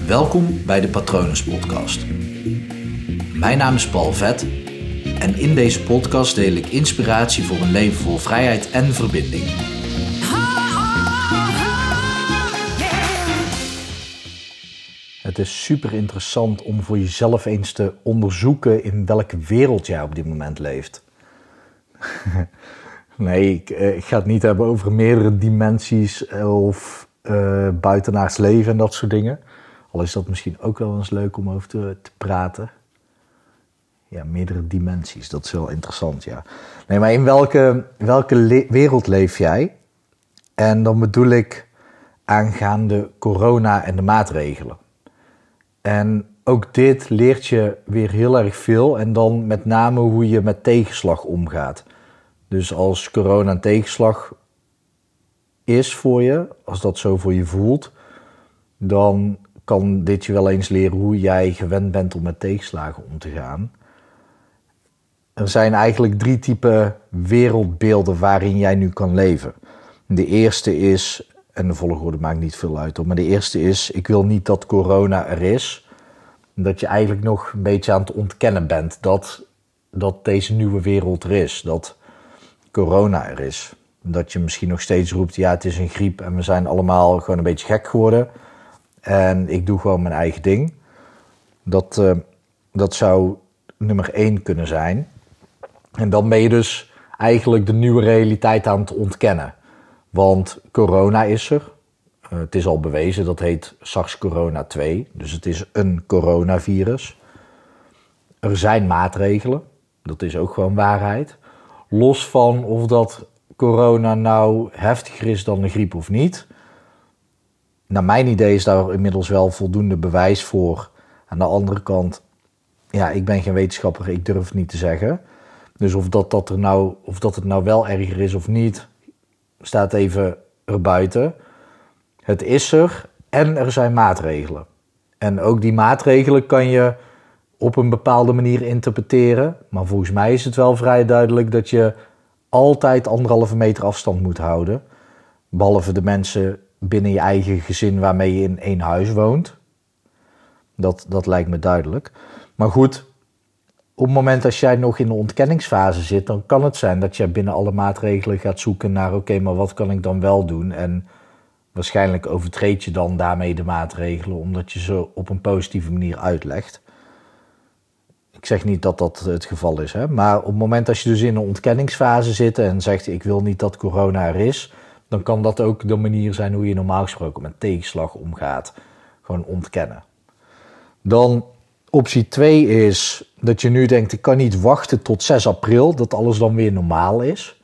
Welkom bij de Patronus Podcast. Mijn naam is Paul Vet en in deze podcast deel ik inspiratie voor een leven vol vrijheid en verbinding. Het is super interessant om voor jezelf eens te onderzoeken in welke wereld jij op dit moment leeft. Nee, ik ga het niet hebben over meerdere dimensies of buitenaards leven en dat soort dingen. Al is dat misschien ook wel eens leuk om over te praten. Ja, meerdere dimensies, dat is wel interessant, ja. Nee, maar in welke wereld leef jij? En dan bedoel ik aangaande corona en de maatregelen. En ook dit leert je weer heel erg veel en dan met name hoe je met tegenslag omgaat. Dus als corona een tegenslag is voor je, als dat zo voor je voelt, dan kan dit je wel eens leren hoe jij gewend bent om met tegenslagen om te gaan. Er zijn eigenlijk 3 typen wereldbeelden waarin jij nu kan leven. De eerste is, en de volgorde maakt niet veel uit, maar de eerste is, ik wil niet dat corona er is. Dat je eigenlijk nog een beetje aan het ontkennen bent dat deze nieuwe wereld er is, dat corona er is. Dat je misschien nog steeds roept, ja, het is een griep en we zijn allemaal gewoon een beetje gek geworden. En ik doe gewoon mijn eigen ding. Dat zou nummer 1 kunnen zijn. En dan ben je dus eigenlijk de nieuwe realiteit aan het ontkennen. Want corona is er. Het is al bewezen, dat heet SARS-CoV-2. Dus het is een coronavirus. Er zijn maatregelen. Dat is ook gewoon waarheid. Los van of dat corona nou heftiger is dan de griep of niet. Naar mijn idee is daar inmiddels wel voldoende bewijs voor. Aan de andere kant, ja, ik ben geen wetenschapper, ik durf het niet te zeggen. Dus of dat het nou wel erger is of niet, staat even erbuiten. Het is er en er zijn maatregelen. En ook die maatregelen kan je op een bepaalde manier interpreteren. Maar volgens mij is het wel vrij duidelijk dat je altijd 1,5 meter afstand moet houden. Behalve de mensen binnen je eigen gezin waarmee je in één huis woont. Dat lijkt me duidelijk. Maar goed, op het moment dat jij nog in de ontkenningsfase zit, dan kan het zijn dat jij binnen alle maatregelen gaat zoeken naar oké, maar wat kan ik dan wel doen? En waarschijnlijk overtreed je dan daarmee de maatregelen, omdat je ze op een positieve manier uitlegt. Ik zeg niet dat dat het geval is, hè? Maar op het moment dat je dus in een ontkenningsfase zit en zegt ik wil niet dat corona er is, dan kan dat ook de manier zijn hoe je normaal gesproken met tegenslag omgaat. Gewoon ontkennen. Dan optie 2 is dat je nu denkt ik kan niet wachten tot 6 april, dat alles dan weer normaal is.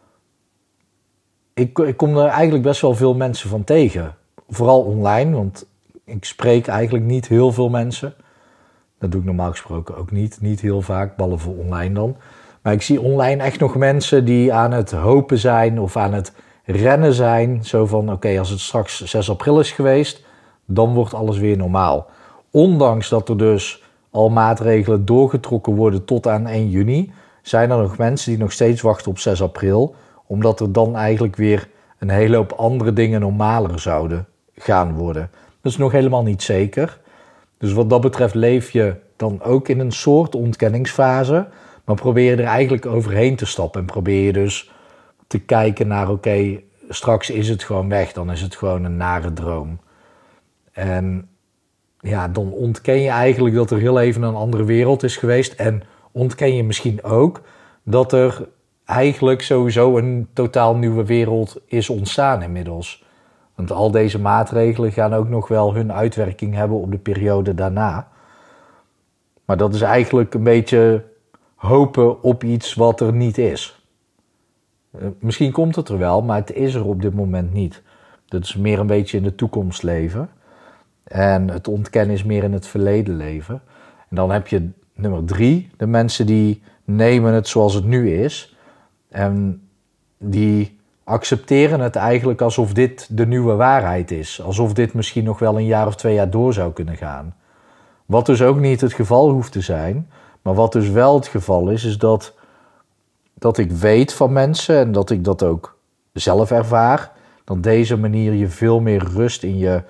Ik kom er eigenlijk best wel veel mensen van tegen. Vooral online, want ik spreek eigenlijk niet heel veel mensen. Dat doe ik normaal gesproken ook niet heel vaak, behalve online dan. Maar ik zie online echt nog mensen die aan het hopen zijn of aan het rennen zijn. Zo van oké, als het straks 6 april is geweest, dan wordt alles weer normaal. Ondanks dat er dus al maatregelen doorgetrokken worden tot aan 1 juni... zijn er nog mensen die nog steeds wachten op 6 april... omdat er dan eigenlijk weer een hele hoop andere dingen normaler zouden gaan worden. Dat is nog helemaal niet zeker. Dus wat dat betreft leef je dan ook in een soort ontkenningsfase... maar probeer je er eigenlijk overheen te stappen... en probeer je dus te kijken naar oké, straks is het gewoon weg... dan is het gewoon een nare droom. En ja, dan ontken je eigenlijk dat er heel even een andere wereld is geweest... en ontken je misschien ook dat er eigenlijk sowieso een totaal nieuwe wereld is ontstaan inmiddels. Want al deze maatregelen gaan ook nog wel hun uitwerking hebben op de periode daarna. Maar dat is eigenlijk een beetje hopen op iets wat er niet is. Misschien komt het er wel, maar het is er op dit moment niet. Dat is meer een beetje in de toekomst leven. En het ontkennen is meer in het verleden leven. En dan heb je nummer 3, de mensen die nemen het zoals het nu is. En die accepteren het eigenlijk alsof dit de nieuwe waarheid is. Alsof dit misschien nog wel een jaar of 2 jaar door zou kunnen gaan. Wat dus ook niet het geval hoeft te zijn. Maar wat dus wel het geval is dat ik weet van mensen en dat ik dat ook zelf ervaar. Dat deze manier je veel meer rust in je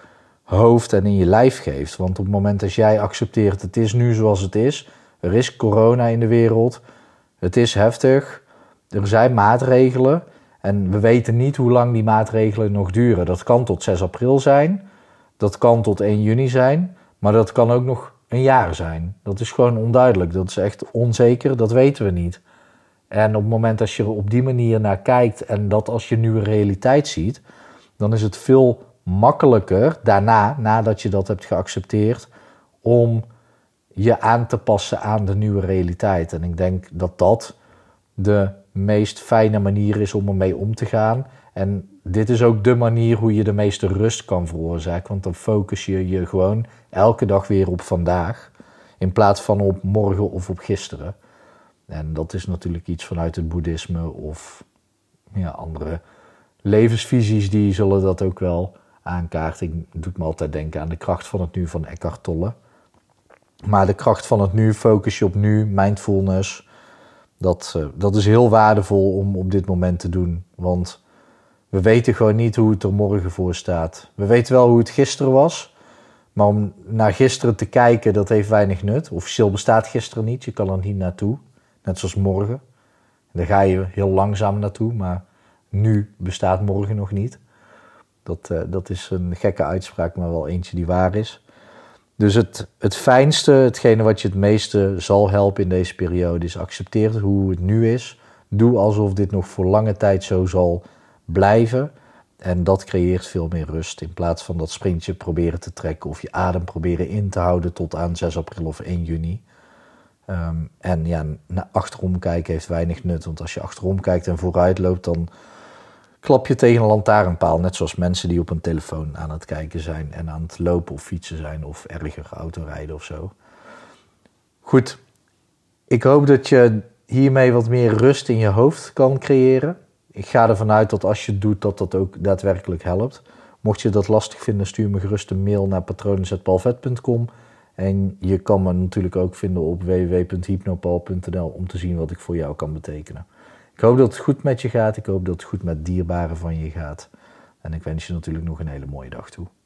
hoofd en in je lijf geeft. Want op het moment dat jij accepteert, het is nu zoals het is. Er is corona in de wereld. Het is heftig. Er zijn maatregelen. En we weten niet hoe lang die maatregelen nog duren. Dat kan tot 6 april zijn. Dat kan tot 1 juni zijn. Maar dat kan ook nog een jaar zijn. Dat is gewoon onduidelijk. Dat is echt onzeker. Dat weten we niet. En op het moment dat je er op die manier naar kijkt en dat als je nieuwe realiteit ziet, dan is het veel makkelijker daarna, nadat je dat hebt geaccepteerd, om je aan te passen aan de nieuwe realiteit. En ik denk dat dat de meest fijne manier is om ermee om te gaan. En dit is ook de manier hoe je de meeste rust kan veroorzaken. Want dan focus je je gewoon elke dag weer op vandaag, in plaats van op morgen of op gisteren. En dat is natuurlijk iets vanuit het boeddhisme of andere levensvisies, die zullen dat ook wel aankaarten. Ik doet me altijd denken aan de kracht van het nu van Eckhart Tolle. Maar de kracht van het nu, focus je op nu, mindfulness, dat is heel waardevol om op dit moment te doen. Want we weten gewoon niet hoe het er morgen voor staat. We weten wel hoe het gisteren was, maar om naar gisteren te kijken, dat heeft weinig nut. Officieel bestaat gisteren niet, je kan er niet naartoe. Net zoals morgen. Daar ga je heel langzaam naartoe, maar nu bestaat morgen nog niet. Dat is een gekke uitspraak, maar wel eentje die waar is. Dus het fijnste, hetgene wat je het meeste zal helpen in deze periode, is accepteer hoe het nu is. Doe alsof dit nog voor lange tijd zo zal blijven. En dat creëert veel meer rust. In plaats van dat sprintje proberen te trekken of je adem proberen in te houden tot aan 6 april of 1 juni. Naar achterom kijken heeft weinig nut. Want als je achterom kijkt en vooruit loopt, dan klap je tegen een lantaarnpaal. Net zoals mensen die op een telefoon aan het kijken zijn en aan het lopen of fietsen zijn of erger autorijden of zo. Goed, ik hoop dat je hiermee wat meer rust in je hoofd kan creëren. Ik ga ervan uit dat als je het doet, dat ook daadwerkelijk helpt. Mocht je dat lastig vinden, stuur me gerust een mail naar patronen@palvet.com. En je kan me natuurlijk ook vinden op www.hypnopal.nl om te zien wat ik voor jou kan betekenen. Ik hoop dat het goed met je gaat. Ik hoop dat het goed met dierbaren van je gaat. En ik wens je natuurlijk nog een hele mooie dag toe.